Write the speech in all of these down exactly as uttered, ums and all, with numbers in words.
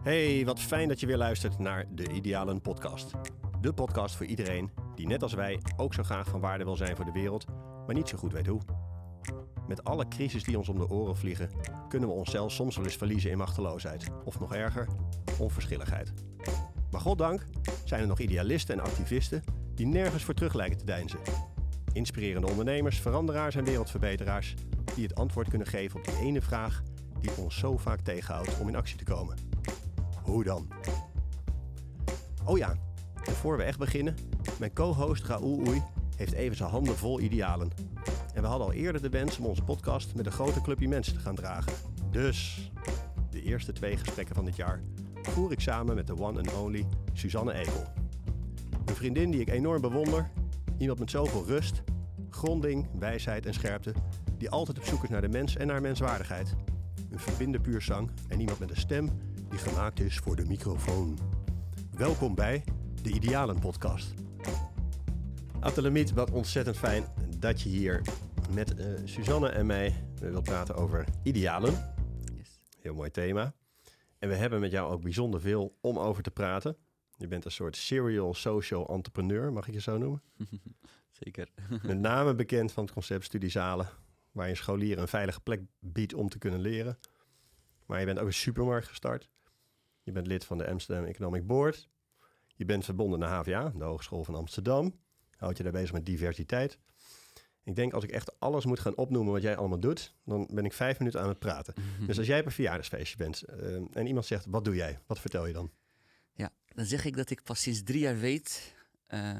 Hey, wat fijn dat je weer luistert naar de Idealen podcast. De podcast voor iedereen die net als wij ook zo graag van waarde wil zijn voor de wereld, maar niet zo goed weet hoe. Met alle crisis die ons om de oren vliegen, kunnen we onszelf soms wel eens verliezen in machteloosheid. Of nog erger, onverschilligheid. Maar goddank zijn er nog idealisten en activisten die nergens voor terug lijken te deinzen. Inspirerende ondernemers, veranderaars en wereldverbeteraars die het antwoord kunnen geven op die ene vraag die ons zo vaak tegenhoudt om in actie te komen. Hoe dan? Oh ja, en voor we echt beginnen, mijn co-host Raoul Oei heeft even zijn handen vol idealen. En we hadden al eerder de wens om onze podcast met een grote clubje mensen te gaan dragen. Dus, de eerste twee gesprekken van dit jaar voer ik samen met de one and only Suzanne Egel. Een vriendin die ik enorm bewonder, iemand met zoveel rust, gronding, wijsheid en scherpte, die altijd op zoek is naar de mens en naar menswaardigheid. Een verbinder puur zang en iemand met een stem die gemaakt is voor de microfoon. Welkom bij de Idealen podcast. Abdelhamid, wat ontzettend fijn dat je hier met uh, Suzanne en mij wilt praten over idealen. Yes. Heel mooi thema. En we hebben met jou ook bijzonder veel om over te praten. Je bent een soort serial social entrepreneur, mag ik je zo noemen? Zeker. Met name bekend van het concept studiezalen, waar je scholieren een veilige plek biedt om te kunnen leren. Maar je bent ook een supermarkt gestart. Je bent lid van de Amsterdam Economic Board. Je bent verbonden naar H V A, de Hogeschool van Amsterdam. Houd je daar bezig met diversiteit. Ik denk als ik echt alles moet gaan opnoemen wat jij allemaal doet, dan ben ik vijf minuten aan het praten. Dus als jij op een verjaardagsfeestje bent uh, en iemand zegt, wat doe jij? Wat vertel je dan? Ja, dan zeg ik dat ik pas sinds drie jaar weet uh,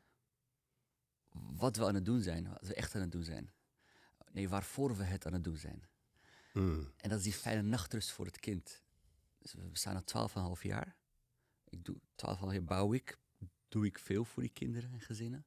wat we aan het doen zijn. Wat we echt aan het doen zijn. Nee, waarvoor we het aan het doen zijn. Hmm. En dat is die fijne nachtrust voor het kind. Dus we bestaan al twaalf en een half jaar. Ik doe twaalf en een half jaar bouw ik. Doe ik veel voor die kinderen en gezinnen.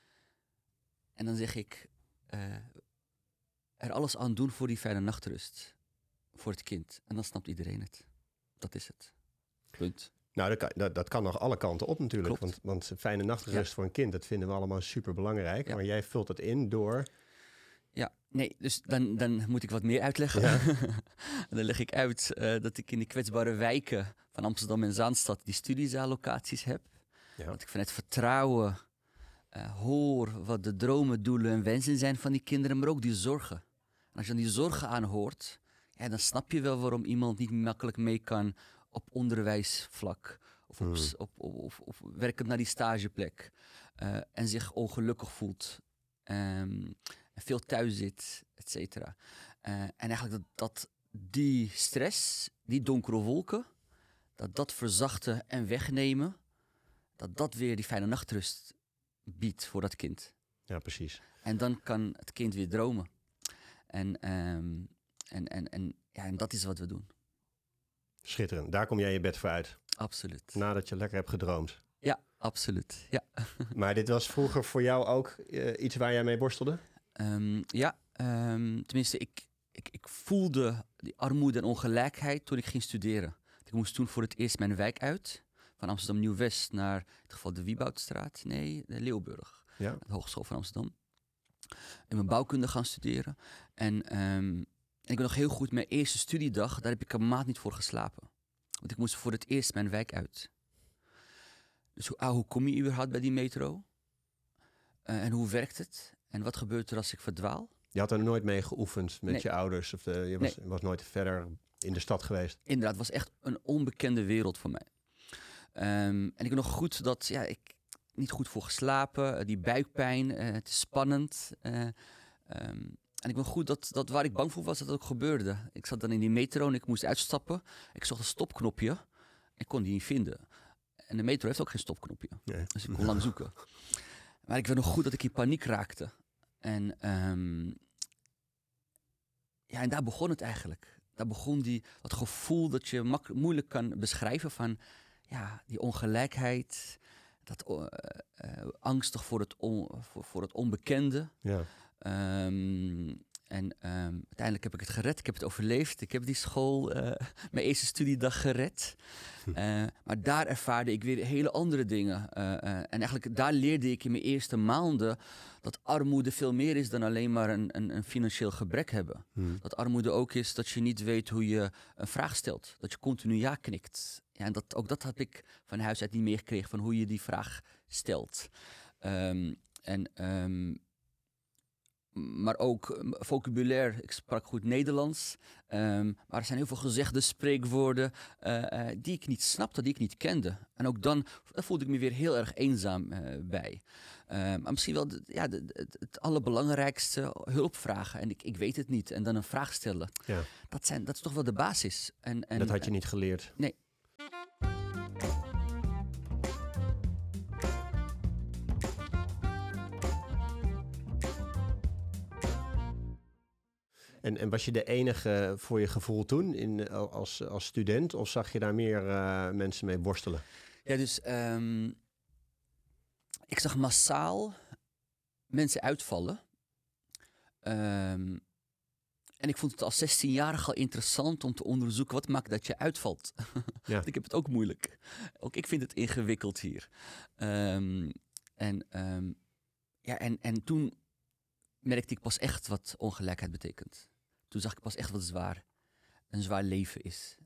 En dan zeg ik uh, er alles aan doen voor die fijne nachtrust. Voor het kind. En dan snapt iedereen het. Dat is het. Punt. Nou, dat kan, dat, dat kan nog alle kanten op natuurlijk. Want, want fijne nachtrust ja. voor een kind, dat vinden we allemaal super belangrijk. Ja. Maar jij vult het in door... Ja, nee, dus dan, dan moet ik wat meer uitleggen. Ja. Dan leg ik uit uh, dat ik in de kwetsbare wijken van Amsterdam en Zaanstad die studiezaallocaties heb. Ja. Dat ik vanuit vertrouwen uh, hoor wat de dromen, doelen en wensen zijn van die kinderen, maar ook die zorgen. En als je dan die zorgen aanhoort, ja, dan snap je wel waarom iemand niet makkelijk mee kan op onderwijsvlak. Of, op, Hmm. op, op, of, of werkend naar die stageplek. Uh, en zich ongelukkig voelt. Um, en veel thuis zit, et cetera. Uh, en eigenlijk dat, dat die stress, die donkere wolken, dat dat verzachten en wegnemen, dat dat weer die fijne nachtrust biedt voor dat kind. Ja, precies. En dan kan het kind weer dromen. En, um, en, en, en, ja, en dat is wat we doen. Schitterend. Daar kom jij je bed voor uit. Absoluut. Nadat je lekker hebt gedroomd. Ja, absoluut. Ja. Maar dit was vroeger voor jou ook uh, iets waar jij mee worstelde? Um, ja, um, tenminste, ik, ik, ik voelde die armoede en ongelijkheid toen ik ging studeren. Ik moest toen voor het eerst mijn wijk uit. Van Amsterdam Nieuw-West naar, in het geval de Wieboudstraat, nee, de Leeuwburg. Ja. De Hogeschool van Amsterdam. En mijn bouwkunde gaan studeren. En, um, en ik ben nog heel goed, mijn eerste studiedag, daar heb ik een maand niet voor geslapen. Want ik moest voor het eerst mijn wijk uit. Dus hoe, ah, hoe kom je überhaupt bij die metro? Uh, en hoe werkt het? En wat gebeurt er als ik verdwaal? Je had er nooit mee geoefend met nee. je ouders? Of de, je was, nee. was nooit verder in de stad geweest? Inderdaad, het was echt een onbekende wereld voor mij. Um, en ik weet nog goed dat ja, ik niet goed voor geslapen, die buikpijn, uh, het is spannend. Uh, um, en ik weet goed dat, dat waar ik bang voor was, dat het ook gebeurde. Ik zat dan in die metro en ik moest uitstappen. Ik zocht een stopknopje. Ik kon die niet vinden. En de metro heeft ook geen stopknopje. Nee. Dus ik kon lang zoeken. Maar ik weet nog goed dat ik in paniek raakte. En, um, ja, en daar begon het eigenlijk. Daar begon die, dat gevoel dat je mak- moeilijk kan beschrijven van ja, die ongelijkheid. Dat uh, uh, angstig voor het, on, voor, voor het onbekende. Ja. Um, en um, uiteindelijk heb ik het gered. Ik heb het overleefd. Ik heb die school, uh, mijn eerste studiedag gered. Uh, maar daar ervaarde ik weer hele andere dingen. Uh, uh, en eigenlijk daar leerde ik in mijn eerste maanden dat armoede veel meer is dan alleen maar een, een, een financieel gebrek hebben. Hmm. Dat armoede ook is dat je niet weet hoe je een vraag stelt. Dat je continu ja knikt. Ja, en dat, ook dat had ik van huis uit niet meegekregen, van hoe je die vraag stelt. Um, en... Um, Maar ook vocabulaire. Ik sprak goed Nederlands. Um, maar er zijn heel veel gezegde spreekwoorden uh, uh, die ik niet snapte, die ik niet kende. En ook dan voelde ik me weer heel erg eenzaam uh, bij. Uh, maar misschien wel de, ja, de, de, het allerbelangrijkste, hulp vragen. En ik, ik weet het niet. En dan een vraag stellen. Ja. Dat, zijn, dat is toch wel de basis. En, en, dat had je niet geleerd? Nee. En, en was je de enige voor je gevoel toen in, als, als student? Of zag je daar meer uh, mensen mee worstelen? Ja, dus um, ik zag massaal mensen uitvallen. Um, en ik vond het als zestienjarige al interessant om te onderzoeken wat maakt dat je uitvalt. Ja. Want ik heb het ook moeilijk. Ook ik vind het ingewikkeld hier. Um, en, um, ja, en, en toen merkte ik pas echt wat ongelijkheid betekent. Toen zag ik pas echt wat zwaar, een zwaar leven is.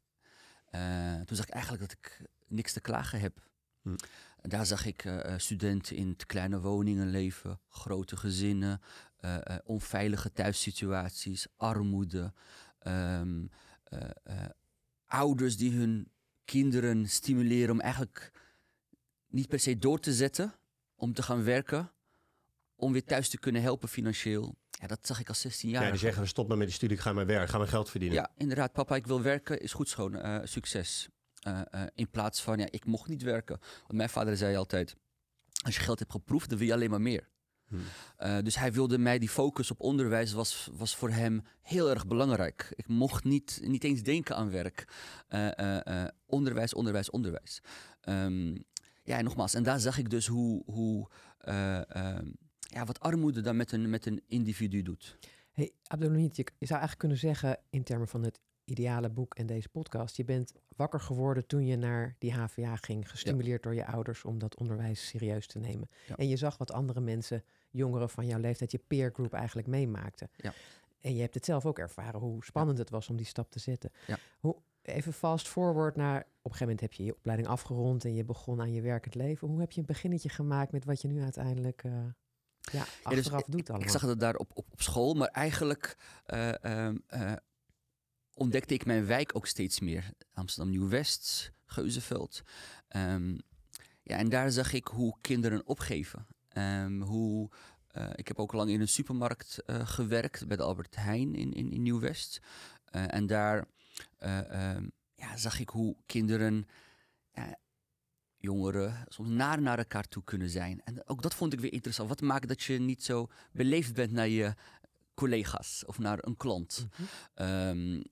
Uh, toen zag ik eigenlijk dat ik niks te klagen heb. Hm. Daar zag ik uh, studenten in te kleine woningen leven, grote gezinnen, uh, uh, onveilige thuissituaties, armoede. Um, uh, uh, ouders die hun kinderen stimuleren om eigenlijk niet per se door te zetten, om te gaan werken, om weer thuis te kunnen helpen financieel. Ja, dat zag ik als zestienjarige. Ja, die zeggen, stop maar met die studie, ik ga maar werken, ga maar geld verdienen. Ja, inderdaad, papa, ik wil werken, is goed schoon, uh, succes. Uh, uh, in plaats van, ja, ik mocht niet werken. Want mijn vader zei altijd, als je geld hebt geproefd, dan wil je alleen maar meer. Hmm. Uh, dus hij wilde mij, die focus op onderwijs was, was voor hem heel erg belangrijk. Ik mocht niet, niet eens denken aan werk. Uh, uh, uh, onderwijs, onderwijs, onderwijs. Um, ja, en nogmaals, en daar zag ik dus hoe... hoe uh, uh, Ja, wat armoede dan met een, met een individu doet. Hey, Abdelhamid, je, je zou eigenlijk kunnen zeggen in termen van het ideale boek en deze podcast, je bent wakker geworden toen je naar die H V A ging, gestimuleerd ja. door je ouders om dat onderwijs serieus te nemen. Ja. En je zag wat andere mensen, jongeren van jouw leeftijd, je peergroup eigenlijk meemaakten. Ja. En je hebt het zelf ook ervaren, hoe spannend ja. het was om die stap te zetten. Ja. Hoe, even fast forward naar, op een gegeven moment heb je je opleiding afgerond en je begon aan je werkend leven. Hoe heb je een beginnetje gemaakt met wat je nu uiteindelijk... Uh, Ja, achteraf ja, dus doet allemaal. Ik zag het daar op, op, op school, maar eigenlijk uh, um, uh, ontdekte ik mijn wijk ook steeds meer. Amsterdam Nieuw-West, Geuzenveld. Um, ja, en daar zag ik hoe kinderen opgeven. Um, hoe, uh, ik heb ook lang in een supermarkt uh, gewerkt, bij de Albert Heijn in, in, in Nieuw-West. Uh, en daar uh, um, ja, zag ik hoe kinderen... Uh, jongeren soms naar naar elkaar toe kunnen zijn. En ook dat vond ik weer interessant. Wat maakt dat je niet zo beleefd bent naar je collega's of naar een klant? Mm-hmm. Um,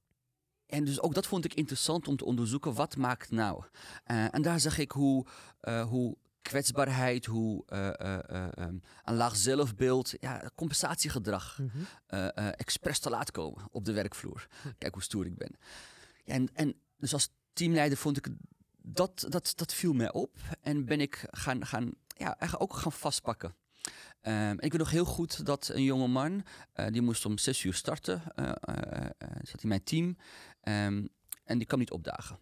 en dus ook dat vond ik interessant om te onderzoeken. Wat maakt nou? Uh, en daar zag ik hoe, uh, hoe kwetsbaarheid, hoe uh, uh, uh, um, een laag zelfbeeld, ja, compensatiegedrag, mm-hmm. uh, uh, expres te laat komen op de werkvloer. Mm. Kijk hoe stoer ik ben. Ja, en, en dus als teamleider vond ik Dat, dat, dat viel mij op en ben ik gaan, gaan, ja, eigenlijk ook gaan vastpakken. Um, en ik weet nog heel goed dat een jonge man, uh, die moest om zes uur starten, uh, uh, uh, zat in mijn team, um, en die kwam niet opdagen.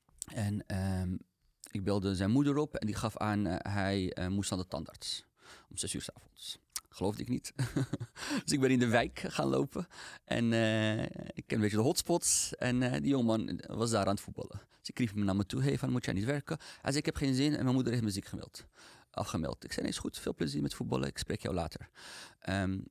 En um, ik belde zijn moeder op en die gaf aan, uh, hij uh, moest aan de tandarts om zes uur 's avonds. Geloofde ik niet. Dus ik ben in de wijk gaan lopen. En uh, ik ken een beetje de hotspots. En uh, die jongeman was daar aan het voetballen. Dus ik riep hem naar me toe. Hey, van, moet jij niet werken? Hij zei, ik heb geen zin. En mijn moeder heeft me ziek gemeld. Afgemeld. Ik zei, nee, is goed. Veel plezier met voetballen. Ik spreek jou later. Um,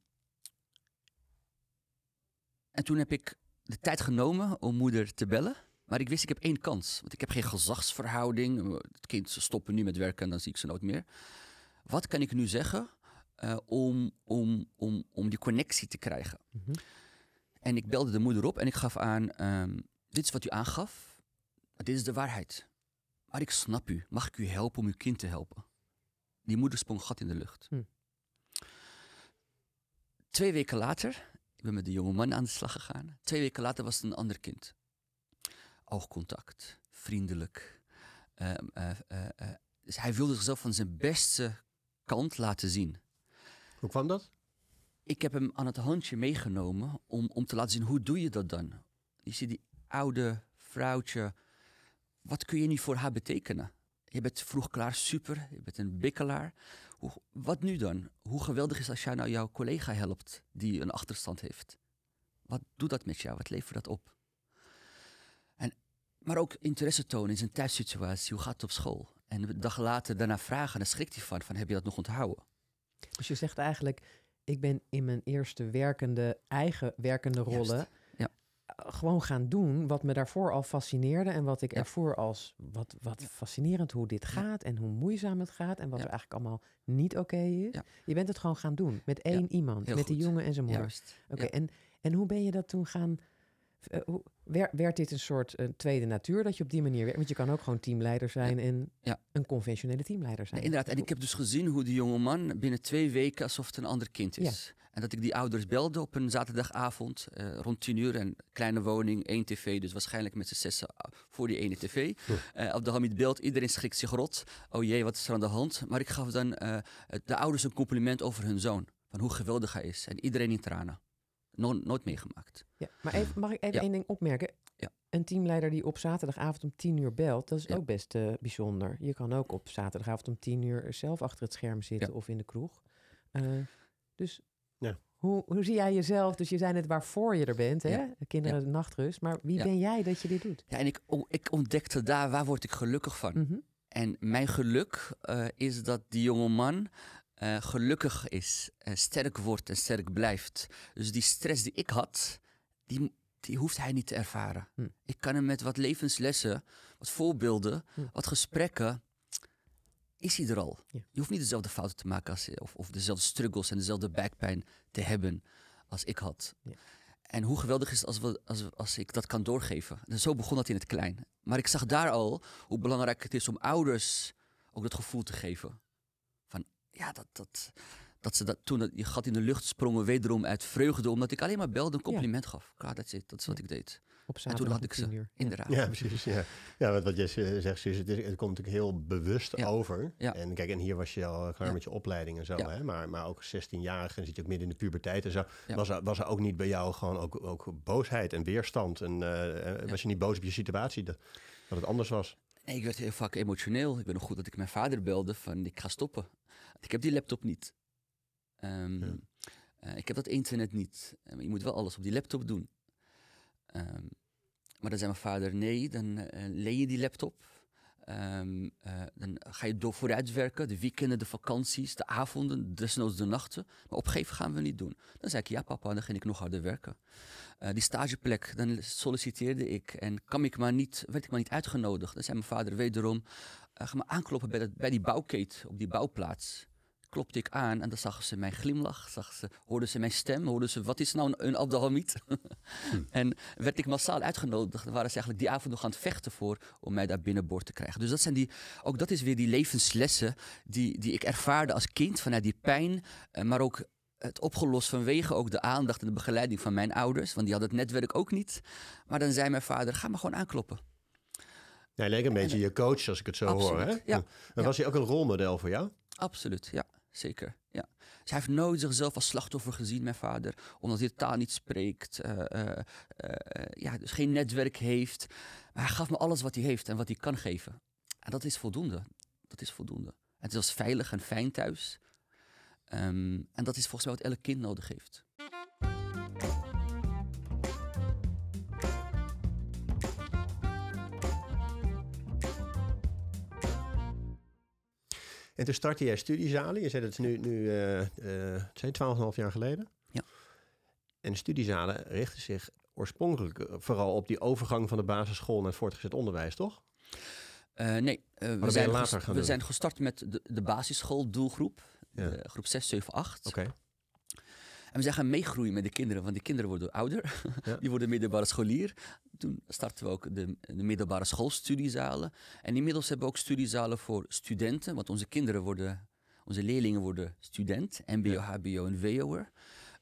en toen heb ik de tijd genomen om moeder te bellen. Maar ik wist, ik heb één kans. Want ik heb geen gezagsverhouding. Het kind stoppen nu met werken en dan zie ik ze nooit meer. Wat kan ik nu zeggen... Uh, om, om, om, om die connectie te krijgen. Mm-hmm. En ik belde de moeder op en ik gaf aan... Um, dit is wat u aangaf, maar dit is de waarheid. Maar ik snap u. Mag ik u helpen om uw kind te helpen? Die moeder sprong gat in de lucht. Mm. Twee weken later Ik ben met de jonge man aan de slag gegaan. Twee weken later was het een ander kind. Oogcontact, vriendelijk. Uh, uh, uh, uh, dus hij wilde zichzelf van zijn beste kant laten zien. Hoe kwam dat? Ik heb hem aan het handje meegenomen om, om te laten zien, hoe doe je dat dan? Je ziet die oude vrouwtje, wat kun je nu voor haar betekenen? Je bent vroeg klaar, super, je bent een bikkelaar. Hoe, wat nu dan? Hoe geweldig is als jij nou jouw collega helpt die een achterstand heeft? Wat doet dat met jou? Wat levert dat op? En, maar ook interesse tonen in zijn thuissituatie. Hoe gaat het op school? En een dag later daarna vragen, dan schrikt hij van, van heb je dat nog onthouden? Dus je zegt eigenlijk, ik ben in mijn eerste werkende, eigen werkende rollen ja. gewoon gaan doen wat me daarvoor al fascineerde en wat ik ja. ervoor als wat, wat ja. fascinerend hoe dit gaat ja. en hoe moeizaam het gaat en wat ja. er eigenlijk allemaal niet oké okay is. Ja. Je bent het gewoon gaan doen met één ja. iemand, Heel met goed. die jongen en zijn moeder. Oké, okay, ja. en, en hoe ben je dat toen gaan... Uh, hoe, werd, werd dit een soort uh, tweede natuur dat je op die manier werkt? Want je kan ook gewoon teamleider zijn ja. en ja. een conventionele teamleider zijn. Ja, inderdaad, en ik heb dus gezien hoe die jonge man binnen twee weken alsof het een ander kind is. Ja. En dat ik die ouders belde op een zaterdagavond uh, rond tien uur. En kleine woning, één tv, dus waarschijnlijk met z'n zessen voor die ene tv. Ja. Uh, op de Hamid belt, iedereen schrikt zich rot. Oh jee, wat is er aan de hand? Maar ik gaf dan uh, de ouders een compliment over hun zoon. Van hoe geweldig hij is. En iedereen in tranen. No- nooit meegemaakt. Ja, maar even, mag ik even ja. één ding opmerken? Ja. Een teamleider die op zaterdagavond om tien uur belt, dat is ja. ook best uh, bijzonder. Je kan ook op zaterdagavond om tien uur zelf achter het scherm zitten ja. of in de kroeg. Uh, dus ja. hoe, hoe zie jij jezelf? Dus je zei net waarvoor je er bent, hè? Ja. Kinderen ja. nachtrust. Maar wie ja. ben jij dat je dit doet? Ja, en ik, oh, ik ontdekte daar, waar word ik gelukkig van? Mm-hmm. En mijn geluk uh, is dat die jonge man uh, gelukkig is, uh, sterk wordt en sterk blijft. Dus die stress die ik had, die, die hoeft hij niet te ervaren. Hm. Ik kan hem met wat levenslessen, wat voorbeelden, hm. wat gesprekken, is hij er al. Ja. Je hoeft niet dezelfde fouten te maken als, of, of dezelfde struggles en dezelfde buikpijn te hebben als ik had. Ja. En hoe geweldig is het als, we, als, als ik dat kan doorgeven. En zo begon dat in het klein. Maar ik zag daar al hoe belangrijk het is om ouders ook dat gevoel te geven. Van ja, dat, dat, dat ze dat, toen dat, je gat in de lucht sprongen wederom uit vreugde. Omdat ik alleen maar belde een compliment ja. gaf. Ja, dat is, dat is wat ja. ik deed. Op zaterdag en toen had ik ze, uur. Inderdaad. Ja, precies. Ja, ja wat, wat je zegt, Suus, het, is, het komt natuurlijk heel bewust ja. over. Ja. En kijk, en hier was je al klaar ja. met je opleiding en zo. Ja. Hè? Maar, maar ook zestienjarige, zit je ook midden in de puberteit en zo. Ja. Was, er, was er ook niet bij jou gewoon ook, ook boosheid en weerstand? En uh, ja. was je niet boos op je situatie, dat, dat het anders was? Nee, ik werd heel vaak emotioneel. Ik weet nog goed dat ik mijn vader belde van ik ga stoppen. Ik heb die laptop niet. Um, ja. uh, ik heb dat internet niet. Uh, je moet wel alles op die laptop doen. Um, maar dan zei mijn vader, nee, dan uh, leen je die laptop. Um, uh, dan ga je door vooruitwerken, de weekenden, de vakanties, de avonden, desnoods de nachten. Maar opgeven gaan we niet doen. Dan zei ik, ja papa, dan ging ik nog harder werken. Uh, die stageplek, dan solliciteerde ik en kwam ik maar niet, werd ik maar niet uitgenodigd. Dan zei mijn vader wederom, uh, ga maar aankloppen bij, dat, bij die bouwkeet, op die bouwplaats. Klopte ik aan en dan zag ze mijn glimlach, zag ze, hoorden ze mijn stem, hoorden ze, wat is nou een, een Abdelhamid? hm. En werd ik massaal uitgenodigd. Dan waren ze eigenlijk die avond nog aan het vechten voor om mij daar binnenboord te krijgen. Dus dat zijn die, ook dat is weer die levenslessen die, die ik ervaarde als kind vanuit die pijn, uh, maar ook het opgelost vanwege ook de aandacht en de begeleiding van mijn ouders, want die hadden het netwerk ook niet. Maar dan zei mijn vader, ga maar gewoon aankloppen. Ja, hij leek een beetje je coach, als ik het zo absoluut, hoor. Hè? Ja. Maar ja. was hij ook een rolmodel voor jou? Absoluut, ja. Zeker, ja. Dus hij heeft nooit zichzelf als slachtoffer gezien, mijn vader. Omdat hij de taal niet spreekt. Uh, uh, uh, ja, dus geen netwerk heeft. Maar hij gaf me alles wat hij heeft en wat hij kan geven. En dat is voldoende. Dat is voldoende. Het was veilig en fijn thuis. Um, en dat is volgens mij wat elk kind nodig heeft. En toen startte jij studiezalen. Je zei dat is nu, nu uh, uh, het zijn twaalf en een half jaar geleden. Ja. En studiezalen richten zich oorspronkelijk vooral op die overgang van de basisschool naar het voortgezet onderwijs, toch? Uh, nee, uh, we, zijn, ges- we zijn gestart met de, de basisschooldoelgroep. Ja. De groep zes, zeven, acht. Oké. Okay. En we zijn gaan meegroeien met de kinderen, want die kinderen worden ouder. Ja. Die worden middelbare scholier. Toen starten we ook de, de middelbare schoolstudiezalen. En inmiddels hebben we ook studiezalen voor studenten. Want onze kinderen worden, onze leerlingen worden student. M B O, ja. H B O en W O'er.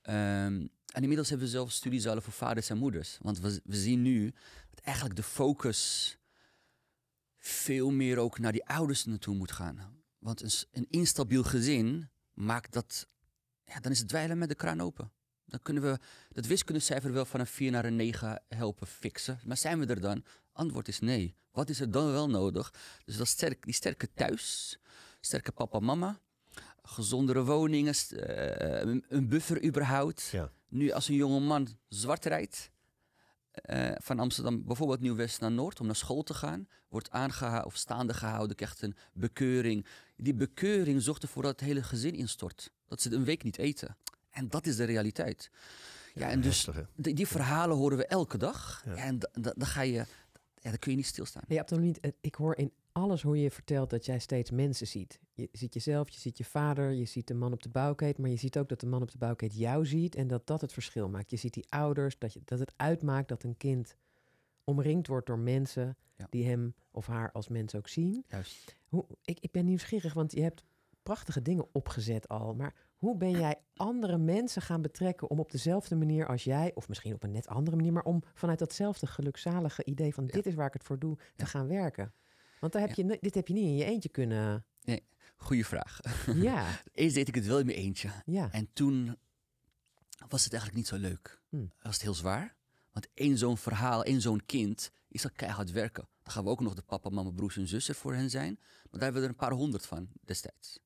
Um, en inmiddels hebben we zelf studiezalen voor vaders en moeders. Want we, we zien nu dat eigenlijk de focus veel meer ook naar die ouders naartoe moet gaan. Want een, een instabiel gezin maakt dat... Ja, dan is het dweilen met de kraan open. Dan kunnen we dat wiskundecijfer wel van een vier naar een negen helpen fixen. Maar zijn we er dan? Antwoord is nee. Wat is er dan wel nodig? Dus dat sterk, die sterke thuis, sterke papa, mama, gezondere woningen, uh, een buffer überhaupt. Ja. Nu als een jonge man zwart rijdt, uh, van Amsterdam bijvoorbeeld Nieuw-West naar Noord om naar school te gaan, wordt aangehouden of staande gehouden, krijgt een bekeuring. Die bekeuring zorgt ervoor dat het hele gezin instort. Dat ze een week niet eten. En dat is de realiteit. Ja, ja en dus heftig, die, die verhalen horen we elke dag. Ja. Ja, en da, da, dan ga je, ja, dan kun je niet stilstaan. Ja, niet, ik hoor in alles hoe je vertelt dat jij steeds mensen ziet. Je ziet jezelf, je ziet je vader, je ziet de man op de bouwkeet, maar je ziet ook dat de man op de bouwkeet jou ziet en dat dat het verschil maakt. Je ziet die ouders, dat, je, dat het uitmaakt dat een kind omringd wordt door mensen ja. die hem of haar als mens ook zien. Juist. Hoe, ik, ik ben nieuwsgierig, want je hebt prachtige dingen opgezet al, maar hoe ben jij andere mensen gaan betrekken om op dezelfde manier als jij, of misschien op een net andere manier, maar om vanuit datzelfde gelukzalige idee van ja. dit is waar ik het voor doe, te ja. gaan werken? Want daar heb ja. je, dit heb je niet in je eentje kunnen... Nee, goeie vraag. Ja. Eerst deed ik het wel in mijn eentje. Ja. En toen was het eigenlijk niet zo leuk. Hmm. Was het heel zwaar. Want één zo'n verhaal, één zo'n kind, is dat keihard werken. Dan gaan we ook nog de papa, mama, broers en zussen voor hen zijn. Maar daar hebben we er een paar honderd van destijds.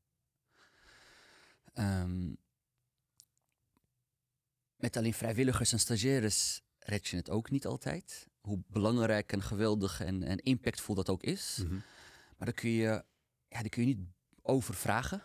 Um, met alleen vrijwilligers en stagiaires red je het ook niet altijd. Hoe belangrijk en geweldig en, en impactvol dat ook is. Mm-hmm. Maar daar kun je, ja, daar kun je niet over vragen.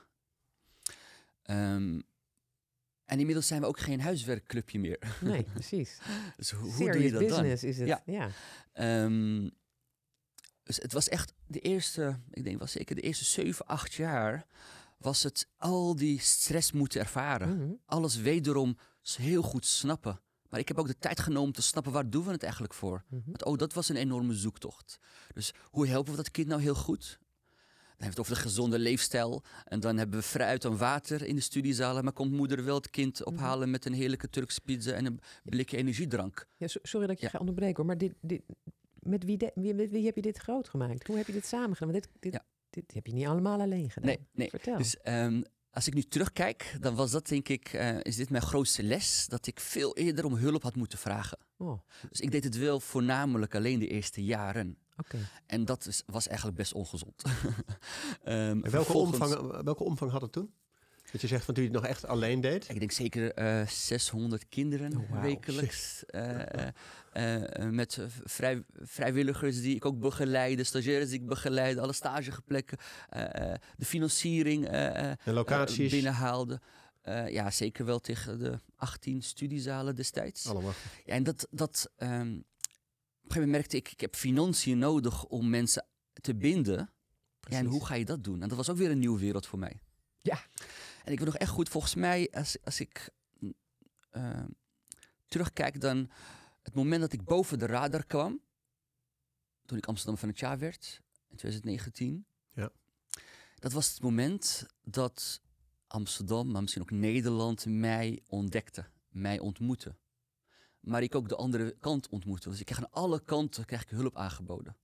Um, en inmiddels zijn we ook geen huiswerkclubje meer. Nee, precies. Dus hoe, hoe doe je dat business dan? Is het, ja. ja. Um, dus het was echt de eerste, ik denk wel zeker de eerste zeven, acht jaar... was het al die stress moeten ervaren. Mm-hmm. Alles wederom heel goed snappen. Maar ik heb ook de tijd genomen te snappen, waar doen we het eigenlijk voor? Mm-hmm. Want, oh, dat was een enorme zoektocht. Dus hoe helpen we dat kind nou heel goed? Dan hebben we het over de gezonde leefstijl. En dan hebben we fruit en water in de studiezalen. Maar komt moeder wel het kind ophalen mm-hmm. met een heerlijke Turkse pizza en een blikje energiedrank? Ja, sorry dat ik je ja. ga onderbreken hoor. Maar dit, dit, met, wie de, wie, met wie heb je dit groot gemaakt? Hoe heb je dit samen gedaan? Dit, dit, ja. dit heb je niet allemaal alleen gedaan. Nee, nee. Vertel. Dus um, als ik nu terugkijk, dan was dat denk ik, uh, is dit mijn grootste les, dat ik veel eerder om hulp had moeten vragen. Oh. Dus ik deed het wel voornamelijk alleen de eerste jaren. Okay. En dat is, was eigenlijk best ongezond. um, welke, vervolgens... omvang, welke omvang had het toen? Dat je zegt van toen je het nog echt alleen deed? Ik denk zeker uh, zeshonderd kinderen oh, wow. wekelijks. Uh, uh, uh, met vrij, vrijwilligers die ik ook begeleide, stagiaires die ik begeleide, alle stageplekken, uh, uh, de financiering uh, de locaties uh, binnenhaalde. Uh, ja, zeker wel tegen de achttien studiezalen destijds. Allemaal. Ja, en dat, dat um, op een gegeven moment merkte ik, ik heb financiën nodig om mensen te binden. Ja, en hoe ga je dat doen? En dat was ook weer een nieuwe wereld voor mij. Ja. En ik weet nog echt goed, volgens mij, als, als ik uh, terugkijk, dan het moment dat ik boven de radar kwam, toen ik Amsterdam van het jaar werd, in twintig negentien. Ja. Dat was het moment dat Amsterdam, maar misschien ook Nederland, mij ontdekte, mij ontmoette. Maar ik ook de andere kant ontmoette. Dus ik kreeg aan alle kanten kreeg ik hulp aangeboden.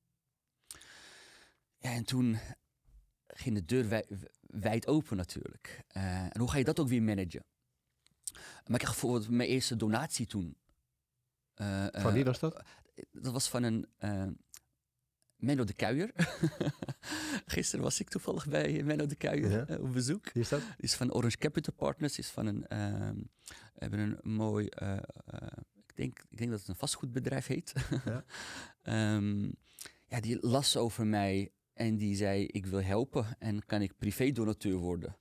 Ja, en toen ging de deur wij, wijd open natuurlijk. Uh, en hoe ga je dat ook weer managen? Maar ik kreeg bijvoorbeeld mijn eerste donatie toen. Uh, van wie was dat? Uh, dat was van een uh, Menno de Kuijer. Gisteren was ik toevallig bij Menno de Kuijer ja. uh, op bezoek. Wie is dat? Die is van Orange Capital Partners. Is van een, uh, hebben een mooi, uh, uh, ik, denk, ik denk dat het een vastgoedbedrijf heet. Ja. um, ja, die las over mij. En die zei, ik wil helpen en kan ik privé-donateur worden.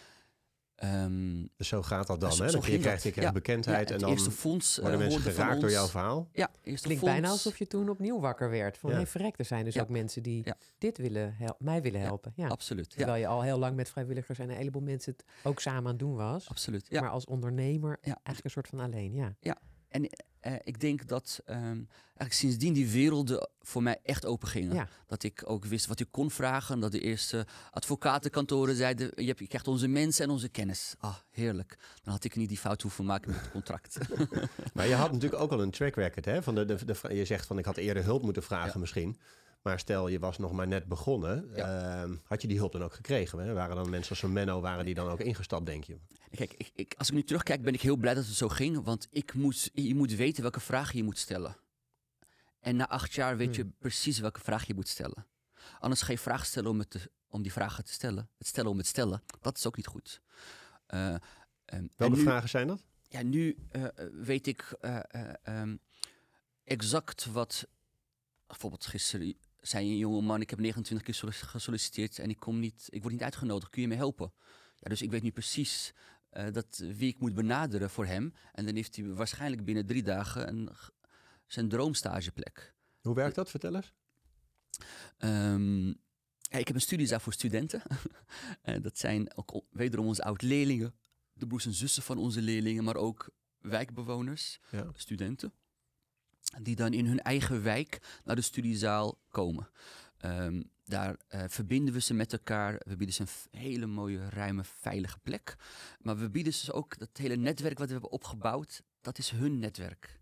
Um, dus zo gaat dat dan, zo, hè? Dan je krijgt je ja, bekendheid ja, en dan eerste fonds, worden uh, mensen geraakt door jouw verhaal. Ja, eerste Klinkt fonds. bijna alsof je toen opnieuw wakker werd. Van, ja. hey, verrek, er zijn dus ja. ook mensen die ja. dit willen hel- mij willen helpen. Ja, ja. Absoluut. Terwijl ja. je al heel lang met vrijwilligers en een heleboel mensen het ook samen aan het doen was. Absoluut, ja. Maar als ondernemer ja. eigenlijk een soort van alleen, ja. Ja, en uh, ik denk dat um, eigenlijk sindsdien die werelden voor mij echt open gingen. Ja. Dat ik ook wist wat ik kon vragen. Dat de eerste advocatenkantoren zeiden, je, hebt, je krijgt onze mensen en onze kennis. Ah, heerlijk. Dan had ik niet die fout hoeven maken met het contract. Maar je had natuurlijk ook al een track record. Hè? Van de, de, de, je zegt van ik had eerder hulp moeten vragen ja. misschien. Maar stel, je was nog maar net begonnen. Ja. Uh, had je die hulp dan ook gekregen? Hè? Waren dan mensen als een Menno, waren die dan ook ingestapt, denk je? Kijk, ik, ik, als ik nu terugkijk, ben ik heel blij dat het zo ging. Want ik moet, je moet weten welke vragen je moet stellen. En na acht jaar weet hmm. je precies welke vraag je moet stellen. Anders ga je vragen stellen om, het te, om die vragen te stellen. Het stellen om het stellen, dat is ook niet goed. Uh, um, welke nu, vragen zijn dat? Ja, nu uh, weet ik uh, uh, um, exact wat... Bijvoorbeeld gisteren zei een jonge man, ik heb negenentwintig keer gesolliciteerd en ik, kom niet, ik word niet uitgenodigd. Kun je me helpen? Ja, dus ik weet nu precies uh, dat, wie ik moet benaderen voor hem. En dan heeft hij waarschijnlijk binnen drie dagen een, zijn droomstageplek. Hoe werkt dat? Vertel eens. Um, ja, ik heb een studiezaal voor studenten. uh, dat zijn ook wederom onze oud-leerlingen, de broers en zussen van onze leerlingen, maar ook wijkbewoners, ja. studenten. Die dan in hun eigen wijk naar de studiezaal komen. Um, daar uh, verbinden we ze met elkaar. We bieden ze een f- hele mooie, ruime, veilige plek. Maar we bieden ze ook dat hele netwerk wat we hebben opgebouwd. Dat is hun netwerk.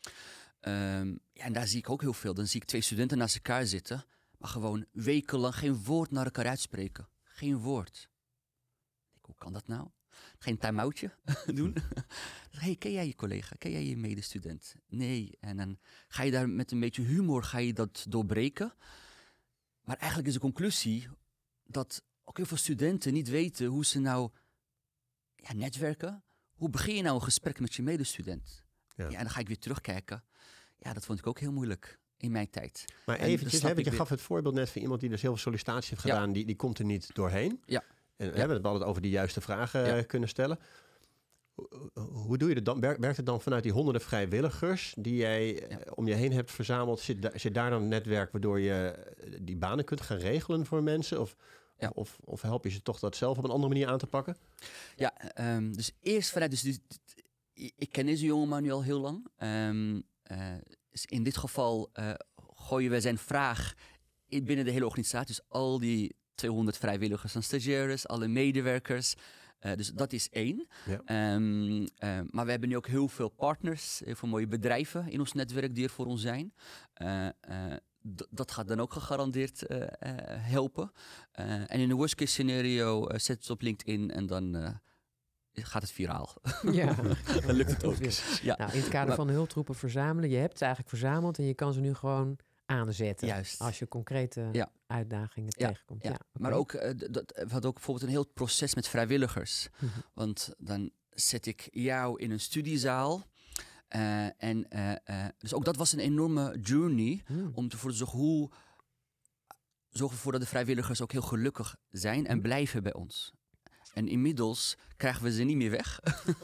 Um, ja, en daar zie ik ook heel veel. Dan zie ik twee studenten naast elkaar zitten. Maar gewoon wekenlang geen woord naar elkaar uitspreken. Geen woord. Ik, hoe kan dat nou? Geen time-outje doen. Hey, ken jij je collega? Ken jij je medestudent? Nee. En dan ga je daar met een beetje humor ga je dat doorbreken. Maar eigenlijk is de conclusie dat ook heel veel studenten niet weten hoe ze nou ja, netwerken. Hoe begin je nou een gesprek met je medestudent? Ja. Ja, en dan ga ik weer terugkijken. Ja, dat vond ik ook heel moeilijk in mijn tijd. Maar eventjes, hè, je gaf het voorbeeld net van iemand die dus heel veel sollicitaties heeft gedaan. Ja. Die, die komt er niet doorheen. Ja. En ja. we hebben het altijd over die juiste vragen ja. kunnen stellen. Hoe, hoe doe je dat dan? Werkt het dan vanuit die honderden vrijwilligers die jij ja. om je heen hebt verzameld? Zit, da- zit daar dan een netwerk waardoor je die banen kunt gaan regelen voor mensen? Of, ja. of, of help je ze toch dat zelf op een andere manier aan te pakken? Ja, um, dus eerst vanuit... Dus, dus, ik ken deze jongeman nu al heel lang. Um, uh, dus in dit geval uh, gooien we zijn vraag in, binnen de hele organisatie. Dus al die tweehonderd vrijwilligers en stagiaires, alle medewerkers. Uh, dus dat is één. Ja. Um, uh, maar we hebben nu ook heel veel partners, heel veel mooie bedrijven in ons netwerk die er voor ons zijn. Uh, uh, d- dat gaat dan ook gegarandeerd uh, uh, helpen. Uh, en in een worst case scenario uh, zet het op LinkedIn en dan uh, gaat het viraal. Ja. Dan lukt het ook. Ja. Nou, in het kader maar, van de hulptroepen verzamelen, je hebt ze eigenlijk verzameld en je kan ze nu gewoon aanzetten. Juist. Als je concrete ja. uitdagingen ja. tegenkomt. Ja. Ja, okay. Maar ook, uh, dat, we hadden ook bijvoorbeeld een heel proces met vrijwilligers. Mm-hmm. Want dan zet ik jou in een studiezaal. Uh, en, uh, uh, dus ook dat was een enorme journey. Mm. Om ervoor te zorgen hoe... Zorgen ervoor dat de vrijwilligers ook heel gelukkig zijn en mm. blijven bij ons. En inmiddels krijgen we ze niet meer weg.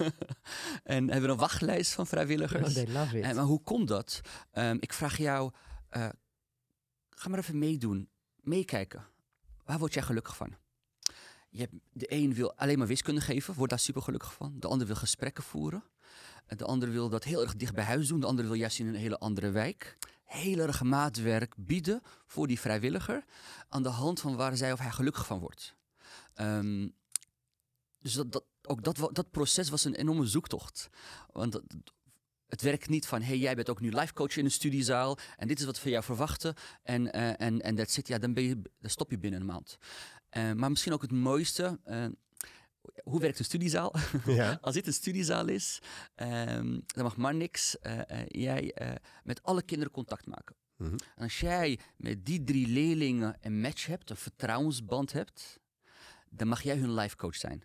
En hebben we een wachtlijst van vrijwilligers. Oh, they love it. Uh, maar hoe komt dat? Um, ik vraag jou... Uh, ga maar even meedoen. Meekijken. Waar word jij gelukkig van? Je hebt, de een wil alleen maar wiskunde geven. Wordt daar super gelukkig van. De ander wil gesprekken voeren. De ander wil dat heel erg dicht bij huis doen. De ander wil juist in een hele andere wijk. Heel erg maatwerk bieden voor die vrijwilliger. Aan de hand van waar zij of hij gelukkig van wordt. Um, dus dat, dat, ook dat, dat proces was een enorme zoektocht. Want dat, het werkt niet van, hey, jij bent ook nu life coach in een studiezaal en dit is wat we van jou verwachten en uh, en en that's it. Ja, dan ben je, dan stop je binnen een maand. Uh, maar misschien ook het mooiste, uh, hoe werkt een studiezaal? Ja. Als dit een studiezaal is, um, dan mag maar niks. Uh, uh, jij uh, met alle kinderen contact maken. Mm-hmm. En als jij met die drie leerlingen een match hebt, een vertrouwensband hebt, dan mag jij hun life coach zijn.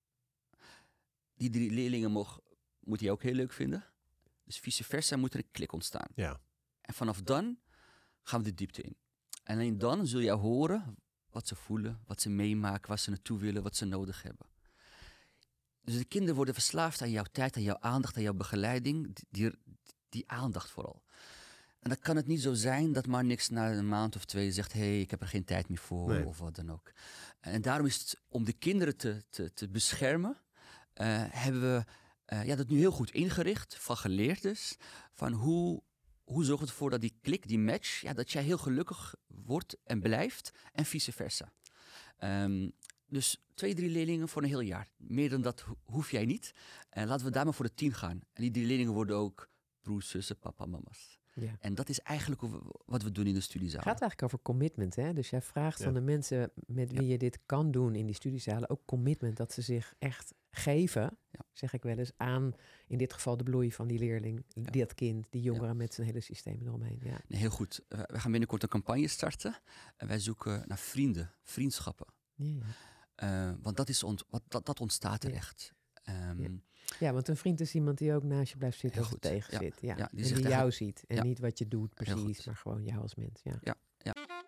Die drie leerlingen mogen, moet je ook heel leuk vinden. Dus vice versa moet er een klik ontstaan. Ja. En vanaf dan gaan we de diepte in. En alleen dan zul je horen wat ze voelen, wat ze meemaken, waar ze naartoe willen, wat ze nodig hebben. Dus de kinderen worden verslaafd aan jouw tijd, aan jouw aandacht, aan jouw begeleiding. Die, die, die aandacht vooral. En dan kan het niet zo zijn dat maar niks na een maand of twee zegt, hé, hey, ik heb er geen tijd meer voor, nee. Of wat dan ook. En daarom is het, om de kinderen te, te, te beschermen, uh, hebben we uh, ja, dat nu heel goed ingericht, van geleerd dus. Van hoe, hoe zorgt het ervoor dat die klik, die match, ja, dat jij heel gelukkig wordt en blijft en vice versa. Um, dus twee, drie leerlingen voor een heel jaar. Meer dan dat ho- hoef jij niet. En uh, laten we daar maar voor de tien gaan. En die drie leerlingen worden ook broers, zussen, papa, mama's. Ja. En dat is eigenlijk hoe we, wat we doen in de studiezaal. Het gaat eigenlijk over commitment. Hè? Dus jij vraagt ja. van de mensen met wie ja. je dit kan doen in die studiezalen ook commitment. Dat ze zich echt geven, ja. zeg ik wel eens, aan in dit geval de bloei van die leerling. Ja. Dat kind, die jongeren ja. met zijn hele systeem eromheen. Ja. Nee, heel goed. Uh, we gaan binnenkort een campagne starten. En wij zoeken naar vrienden, vriendschappen. Ja, ja. Uh, want dat, is ont, wat, dat, dat ontstaat er ja. echt. Um, ja. ja, want een vriend is iemand die ook naast je blijft zitten als het tegen ja. zit. Ja. Ja, die en die jou ziet. En ja. niet wat je doet precies, maar gewoon jou als mens. Ja, ja. ja.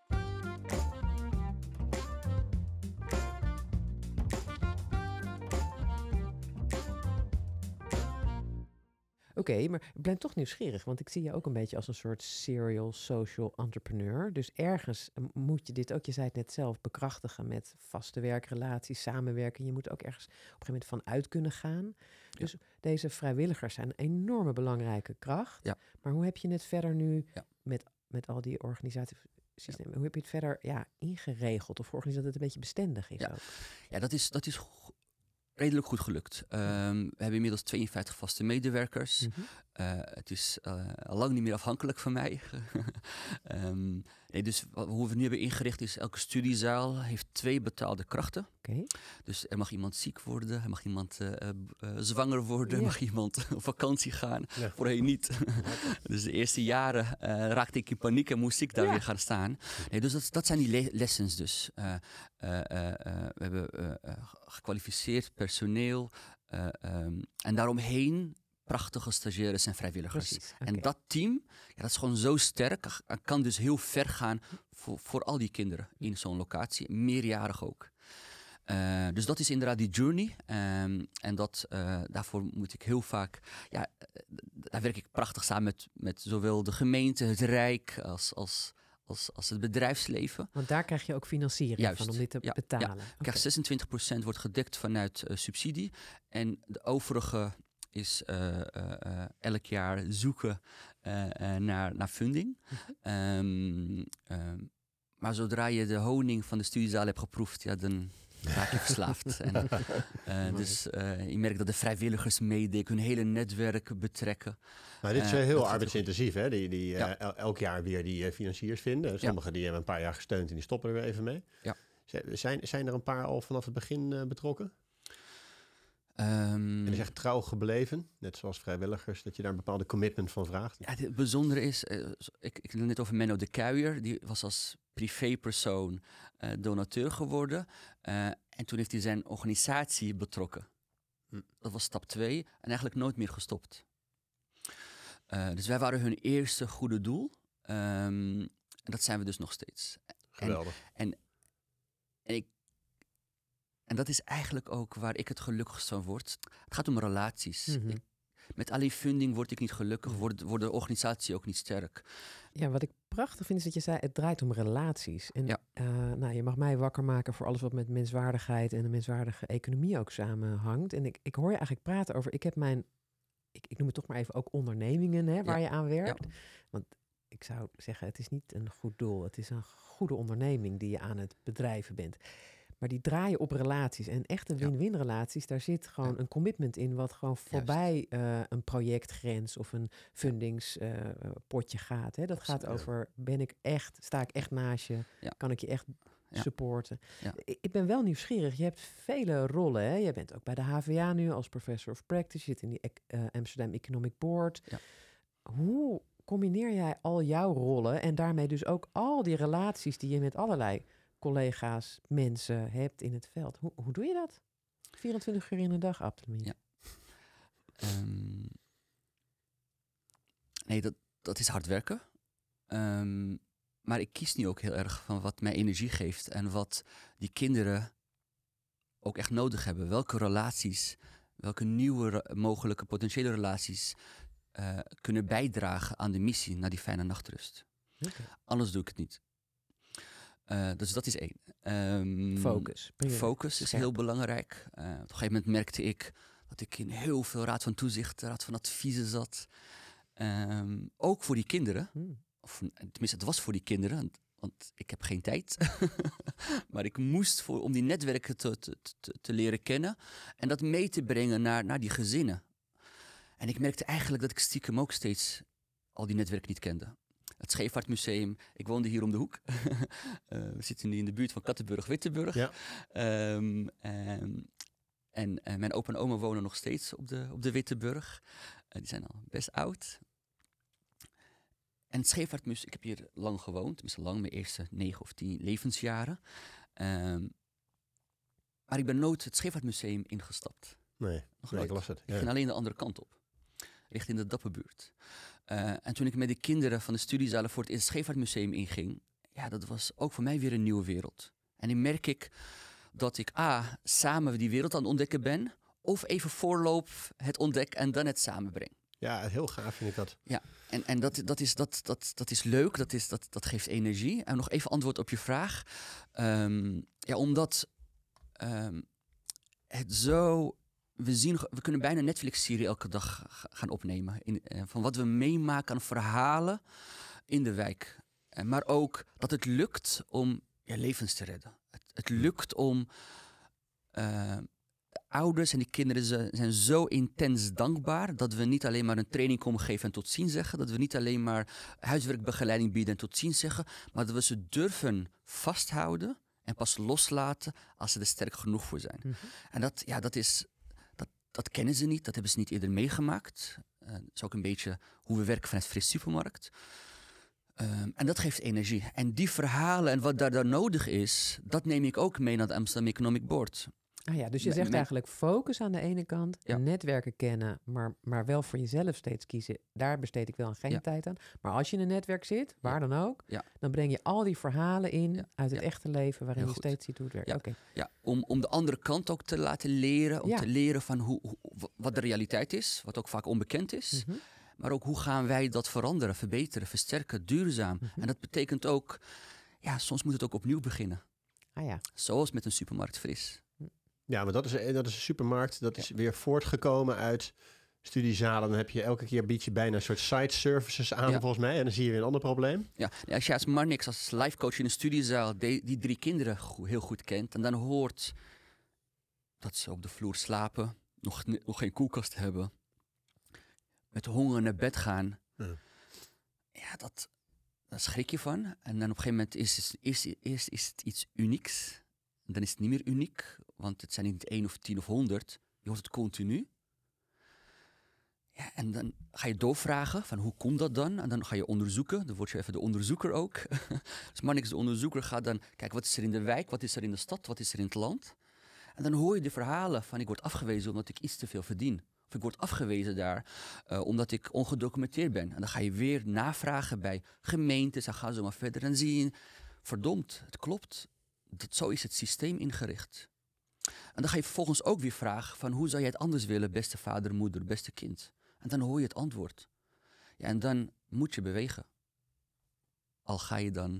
Oké, okay, maar ik ben toch nieuwsgierig, want ik zie je ook een beetje als een soort serial social entrepreneur. Dus ergens moet je dit ook, je zei het net zelf, bekrachtigen met vaste werkrelaties, samenwerken. Je moet ook ergens op een gegeven moment vanuit kunnen gaan. Dus ja. deze vrijwilligers zijn een enorme belangrijke kracht. Ja. Maar hoe heb je het verder nu ja. met, met al die organisatiesystemen? Ja. Hoe heb je het verder ja, ingeregeld of georganiseerd dat het een beetje bestendig is ja. ook? Ja, dat is... Dat is go- redelijk goed gelukt. Um, we hebben inmiddels tweeënvijftig vaste medewerkers. Mm-hmm. Uh, het is uh, al lang niet meer afhankelijk van mij. um, nee, dus wat, hoe we het nu hebben ingericht is... elke studiezaal heeft twee betaalde krachten. Okay. Dus er mag iemand ziek worden, er mag iemand uh, uh, zwanger worden... Ja. mag iemand op vakantie gaan. Ja. Voorheen niet. Dus de eerste jaren uh, raakte ik in paniek en moest ik daar ja. weer gaan staan. Nee, dus dat, dat zijn die le- lessons dus. Uh, uh, uh, uh, we hebben uh, uh, gekwalificeerd personeel... Uh, um, en daaromheen... prachtige stagiaires en vrijwilligers. Okay. En dat team, ja, dat is gewoon zo sterk. En kan dus heel ver gaan voor, voor al die kinderen in zo'n locatie. Meerjarig ook. Uh, dus dat is inderdaad die journey. Um, en dat, uh, daarvoor moet ik heel vaak... Ja, daar werk ik prachtig samen met, met zowel de gemeente, het Rijk... als, als, als, als het bedrijfsleven. Want daar krijg je ook financiering Juist. van om dit te ja, betalen. Ja. Okay. Krijg zesentwintig procent wordt gedekt vanuit uh, subsidie. En de overige... is uh, uh, uh, elk jaar zoeken uh, uh, naar, naar funding. Mm-hmm. Um, um, maar zodra je de honing van de studiezaal hebt geproefd, ja, dan raak je verslaafd. en, uh, dus uh, je merkt dat de vrijwilligers meedenken, hun hele netwerk betrekken. Maar dit is uh, heel arbeidsintensief, hè? Die, die uh, ja. el- elk jaar weer die uh, financiers vinden. Sommigen ja. die hebben een paar jaar gesteund en die stoppen er weer even mee. Ja. Zijn, zijn er een paar al vanaf het begin uh, betrokken? Um, en is echt trouw gebleven, net zoals vrijwilligers, dat je daar een bepaalde commitment van vraagt? Ja, het bijzondere is, uh, ik, ik had het net over Menno de Kuijer, die was als privépersoon uh, donateur geworden. Uh, en toen heeft hij zijn organisatie betrokken. Hm. Dat was stap twee en eigenlijk nooit meer gestopt. Uh, dus wij waren hun eerste goede doel. Um, en dat zijn we dus nog steeds. Geweldig. En, en, en ik En dat is eigenlijk ook waar ik het gelukkigst van word. Het gaat om relaties. Mm-hmm. Ik, met alleen funding word ik niet gelukkig, wordt word de organisatie ook niet sterk. Ja, wat ik prachtig vind is dat je zei, het draait om relaties. En ja. uh, nou, je mag mij wakker maken voor alles wat met menswaardigheid en de menswaardige economie ook samenhangt. En ik, ik hoor je eigenlijk praten over, ik heb mijn, ik, ik noem het toch maar even ook ondernemingen, hè, waar ja. je aan werkt. Ja. Want ik zou zeggen, het is niet een goed doel. Het is een goede onderneming die je aan het bedrijven bent. Maar die draaien op relaties. En echte win-win relaties, daar zit gewoon ja. een commitment in... wat gewoon voorbij uh, een projectgrens of een fundingspotje uh, gaat. Hè. Dat Absoluut. gaat over, ben ik echt, sta ik echt naast je? Ja. Kan ik je echt ja. supporten? Ja. Ik, ik ben wel nieuwsgierig. Je hebt vele rollen. Hè. Je bent ook bij de H V A nu als professor of practice. Je zit in die uh, Amsterdam Economic Board. Ja. Hoe combineer jij al jouw rollen... en daarmee dus ook al die relaties die je met allerlei... collega's, mensen hebt in het veld. Hoe, hoe doe je dat? vierentwintig uur in een dag, Abdelmin. Ja. Um, nee, dat, dat is hard werken. Um, maar ik kies nu ook heel erg van wat mij energie geeft... en wat die kinderen ook echt nodig hebben. Welke relaties, welke nieuwe re- mogelijke potentiële relaties... Uh, kunnen bijdragen aan de missie naar die fijne nachtrust. Okay. Anders doe ik het niet. Uh, dus dat is één. Um, focus. Focus is heel belangrijk. Uh, op een gegeven moment merkte ik dat ik in heel veel raad van toezicht, raad van adviezen zat. Um, ook voor die kinderen. Hmm. Of, tenminste, het was voor die kinderen, want, want ik heb geen tijd. Maar ik moest voor, om die netwerken te, te, te, te leren kennen en dat mee te brengen naar, naar die gezinnen. En ik merkte eigenlijk dat ik stiekem ook steeds al die netwerken niet kende. Het Scheepvaartmuseum, ik woonde hier om de hoek. uh, we zitten nu in de buurt van Kattenburg-Wittenburg. Ja. Um, um, en uh, mijn opa en oma wonen nog steeds op de, op de Wittenburg. Uh, die zijn al best oud. En het Scheepvaartmuseum, ik heb hier lang gewoond, tenminste lang, mijn eerste negen of tien levensjaren. Um, maar ik ben nooit het Scheepvaartmuseum ingestapt. Nee, Nog nee nooit. ik las het. Ik Ja. ging alleen de andere kant op, richting de Dapperbuurt. Uh, en toen ik met de kinderen van de studiezalen voor het eerst Scheepvaartmuseum inging, ja, dat was ook voor mij weer een nieuwe wereld. En nu merk ik dat ik A, samen die wereld aan het ontdekken ben, of even voorloop het ontdekken en dan het samenbreng. Ja, heel gaaf vind ik dat. Ja, en, en dat, dat, is, dat, dat, dat is leuk, dat, is, dat, dat geeft energie. En nog even antwoord op je vraag. Um, ja, omdat um, het zo... We, zien, we kunnen bijna een Netflix-serie elke dag gaan opnemen. In, uh, van wat we meemaken aan verhalen in de wijk. Uh, maar ook dat het lukt om ja, levens te redden. Het, het lukt om... Uh, de ouders en de kinderen ze, zijn zo intens dankbaar... dat we niet alleen maar een training komen geven en tot ziens zeggen. Dat we niet alleen maar huiswerkbegeleiding bieden en tot ziens zeggen. Maar dat we ze durven vasthouden en pas loslaten als ze er sterk genoeg voor zijn. Mm-hmm. En dat, ja, dat is... Dat kennen ze niet, dat hebben ze niet eerder meegemaakt. Uh, dat is ook een beetje hoe we werken vanuit Fris Supermarkt. Um, en dat geeft energie. En die verhalen en wat daar dan nodig is, dat neem ik ook mee naar het Amsterdam Economic Board. Ah ja, dus je zegt eigenlijk focus aan de ene kant, ja. netwerken kennen, maar, maar wel voor jezelf steeds kiezen. Daar besteed ik wel geen ja. tijd aan. Maar als je in een netwerk zit, waar ja. dan ook, ja. dan breng je al die verhalen in ja. uit het ja. echte leven waarin je steeds ziet hoe het werkt. Ja, okay. ja. Om, om de andere kant ook te laten leren, om ja. te leren van hoe, hoe, wat de realiteit is, wat ook vaak onbekend is. Mm-hmm. Maar ook hoe gaan wij dat veranderen, verbeteren, versterken, duurzaam. Mm-hmm. En dat betekent ook, ja, soms moet het ook opnieuw beginnen. Ah ja. Zoals met een supermarkt Fris. Ja, maar dat is, dat is een supermarkt. Dat is ja. weer voortgekomen uit studiezalen. Dan heb je elke keer bied je bijna een soort site services aan, ja. volgens mij. En dan zie je weer een ander probleem. Ja, als je als Marnix, als life coach in een studiezaal die, die drie kinderen go- heel goed kent. En dan hoort dat ze op de vloer slapen, nog, nog geen koelkast hebben, met honger naar bed gaan. Ja, ja dat, daar schrik je van. En dan op een gegeven moment is het, is, is, is het iets unieks. Dan is het niet meer uniek, want het zijn niet één of tien of honderd. Je hoort het continu. Ja, en dan ga je doorvragen van hoe komt dat dan? En dan ga je onderzoeken. Dan word je even de onderzoeker ook. Dus Marnix, de onderzoeker, gaat dan kijken wat is er in de wijk, wat is er in de stad, wat is er in het land. En dan hoor je de verhalen van ik word afgewezen omdat ik iets te veel verdien. Of ik word afgewezen daar uh, omdat ik ongedocumenteerd ben. En dan ga je weer navragen bij gemeentes en ga zo maar verder. En dan zie je, verdomd, het klopt. Dat, zo is het systeem ingericht. En dan ga je vervolgens ook weer vragen van hoe zou jij het anders willen, beste vader, moeder, beste kind. En dan hoor je het antwoord. Ja, en dan moet je bewegen. Al ga je dan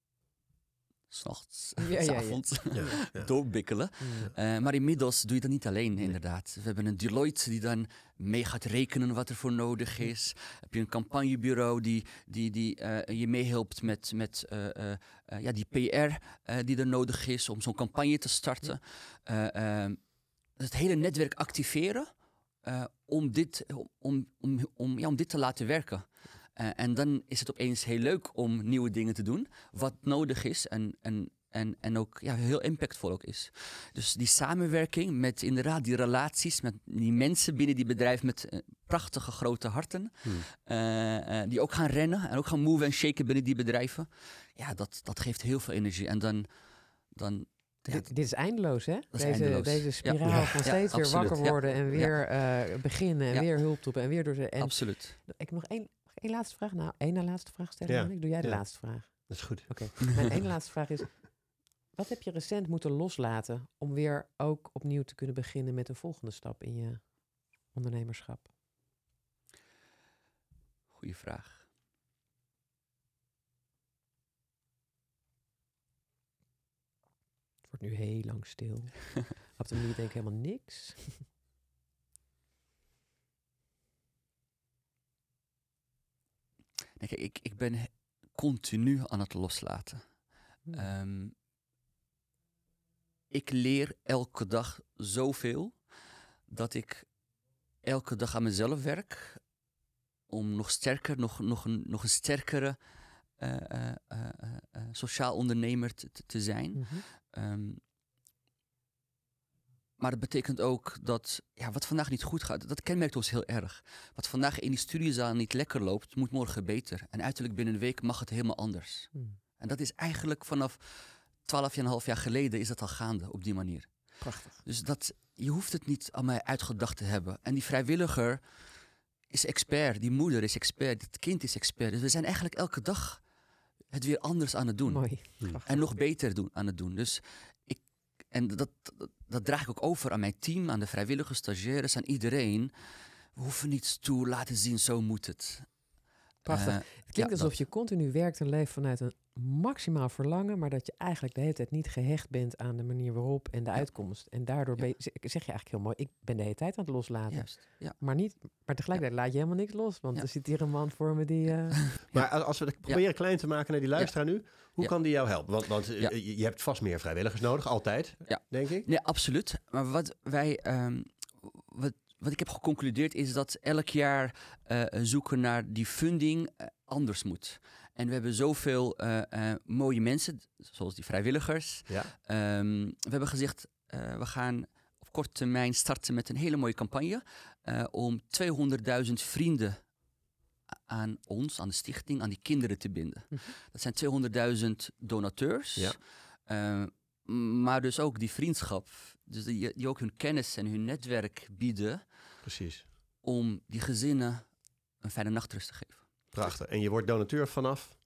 's nachts, ja, 's ja, avonds ja. Ja, ja. doorbikkelen. Ja. Uh, maar inmiddels doe je dat niet alleen, nee. inderdaad. We hebben een Deloitte die dan mee gaat rekenen wat er voor nodig is. Ja. Heb je een campagnebureau die, die, die uh, je meehelpt met, met uh, uh, uh, ja, die P R uh, die er nodig is om zo'n campagne te starten. Ja. Uh, uh, het hele netwerk activeren uh, om, dit, om, om, om, ja, om dit te laten werken. Uh, en dan is het opeens heel leuk om nieuwe dingen te doen, wat nodig is en, en, en, en ook ja, heel impactvol ook is. Dus die samenwerking met inderdaad die relaties met die mensen binnen die bedrijven met uh, prachtige grote harten, hmm. uh, uh, die ook gaan rennen en ook gaan move en shaken binnen die bedrijven. Ja, dat, dat geeft heel veel energie. En dan... dan Ja, dit, dit is eindeloos, hè? Deze, eindeloos. deze spiraal ja. van steeds ja, weer wakker worden ja. en weer ja. uh, beginnen en ja. weer hulp toepen en weer door ze. En absoluut. Ik heb nog één, één laatste vraag. Nou, één laatste vraag stellen. Ja. Doe jij de ja. laatste vraag? Dat is goed. Oké. Okay. Mijn één laatste vraag is: wat heb je recent moeten loslaten om weer ook opnieuw te kunnen beginnen met een volgende stap in je ondernemerschap? Goeie vraag. Het wordt nu heel lang stil. Op de manier denk ik helemaal niks. Kijk, ik, ik ben continu aan het loslaten. Hmm. Um, ik leer elke dag zoveel dat ik elke dag aan mezelf werk om nog sterker, nog, nog, een, nog een sterkere uh, uh, uh, uh, sociaal ondernemer te, te zijn. Mm-hmm. Um, maar dat betekent ook dat ja, wat vandaag niet goed gaat, dat kenmerkt ons heel erg. Wat vandaag in die studiezaal niet lekker loopt, moet morgen beter. En uiterlijk binnen een week mag het helemaal anders. Mm. En dat is eigenlijk vanaf twaalf en een half jaar geleden is dat al gaande op die manier. Prachtig. Dus dat, je hoeft het niet aan mij uitgedacht te hebben. En die vrijwilliger is expert, die moeder is expert, het kind is expert. Dus we zijn eigenlijk elke dag het weer anders aan het doen. Mooi. En nog beter doen, aan het doen. Dus ik, en dat, dat, dat draag ik ook over aan mijn team, aan de vrijwilligers, stagiaires, aan iedereen. We hoeven niets toe laten zien, zo moet het. Prachtig. Uh, het klinkt ja, alsof dat. je continu werkt en leeft vanuit een maximaal verlangen, maar dat je eigenlijk de hele tijd niet gehecht bent aan de manier waarop en de Ja. uitkomst. En daardoor Ja. ben je, zeg je eigenlijk heel mooi, ik ben de hele tijd aan het loslaten. Juist, ja. Maar, niet, maar tegelijkertijd laat je helemaal niks los, want Ja. er zit hier een man voor me die... Uh... Maar als we het proberen klein te maken naar die luisteraar nu, hoe Ja. kan die jou helpen? Want, want Ja. je, je hebt vast meer vrijwilligers nodig, altijd, Ja. denk ik. Nee, absoluut. Maar wat wij, um, wat, wat ik heb geconcludeerd is dat elk jaar uh, zoeken naar die funding uh, anders moet. En we hebben zoveel uh, uh, mooie mensen, zoals die vrijwilligers. Ja. Um, we hebben gezegd, uh, we gaan op korte termijn starten met een hele mooie campagne uh, om tweehonderdduizend vrienden aan ons, aan de stichting, aan die kinderen te binden. Mm-hmm. Dat zijn tweehonderdduizend donateurs. Ja. Uh, maar dus ook die vriendschap, dus die, die ook hun kennis en hun netwerk bieden. Precies. Om die gezinnen een fijne nachtrust te geven. Prachtig. En je wordt donateur vanaf?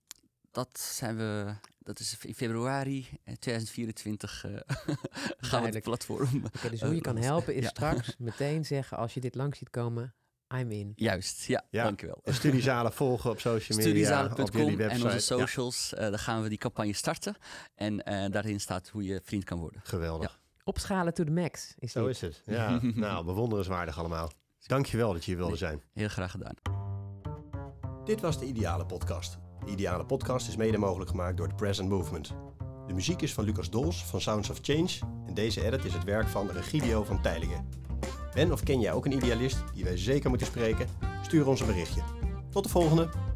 Dat zijn we, dat is in februari tweeduizend vierentwintig uh, gaan we het platform. Okay, dus hoe je kan helpen is ja. straks meteen zeggen als je dit langs ziet komen, I'm in. Juist, ja, ja. dankjewel. En studiezalen volgen op social media, Studiezalen punt op jullie com website. en onze socials. Ja. Uh, daar gaan we die campagne starten. En uh, daarin staat hoe je vriend kan worden. Geweldig. Ja. Opschalen to the max. Is Zo dit. is het. Ja, nou, bewonderenswaardig allemaal. Dankjewel dat je hier wilde nee, zijn. Heel graag gedaan. Dit was de Ideale Podcast. De Ideale Podcast is mede mogelijk gemaakt door The Present Movement. De muziek is van Lucas Dols van Sounds of Change en deze edit is het werk van Regidio van Teylingen. Ben of ken jij ook een idealist die wij zeker moeten spreken? Stuur ons een berichtje. Tot de volgende!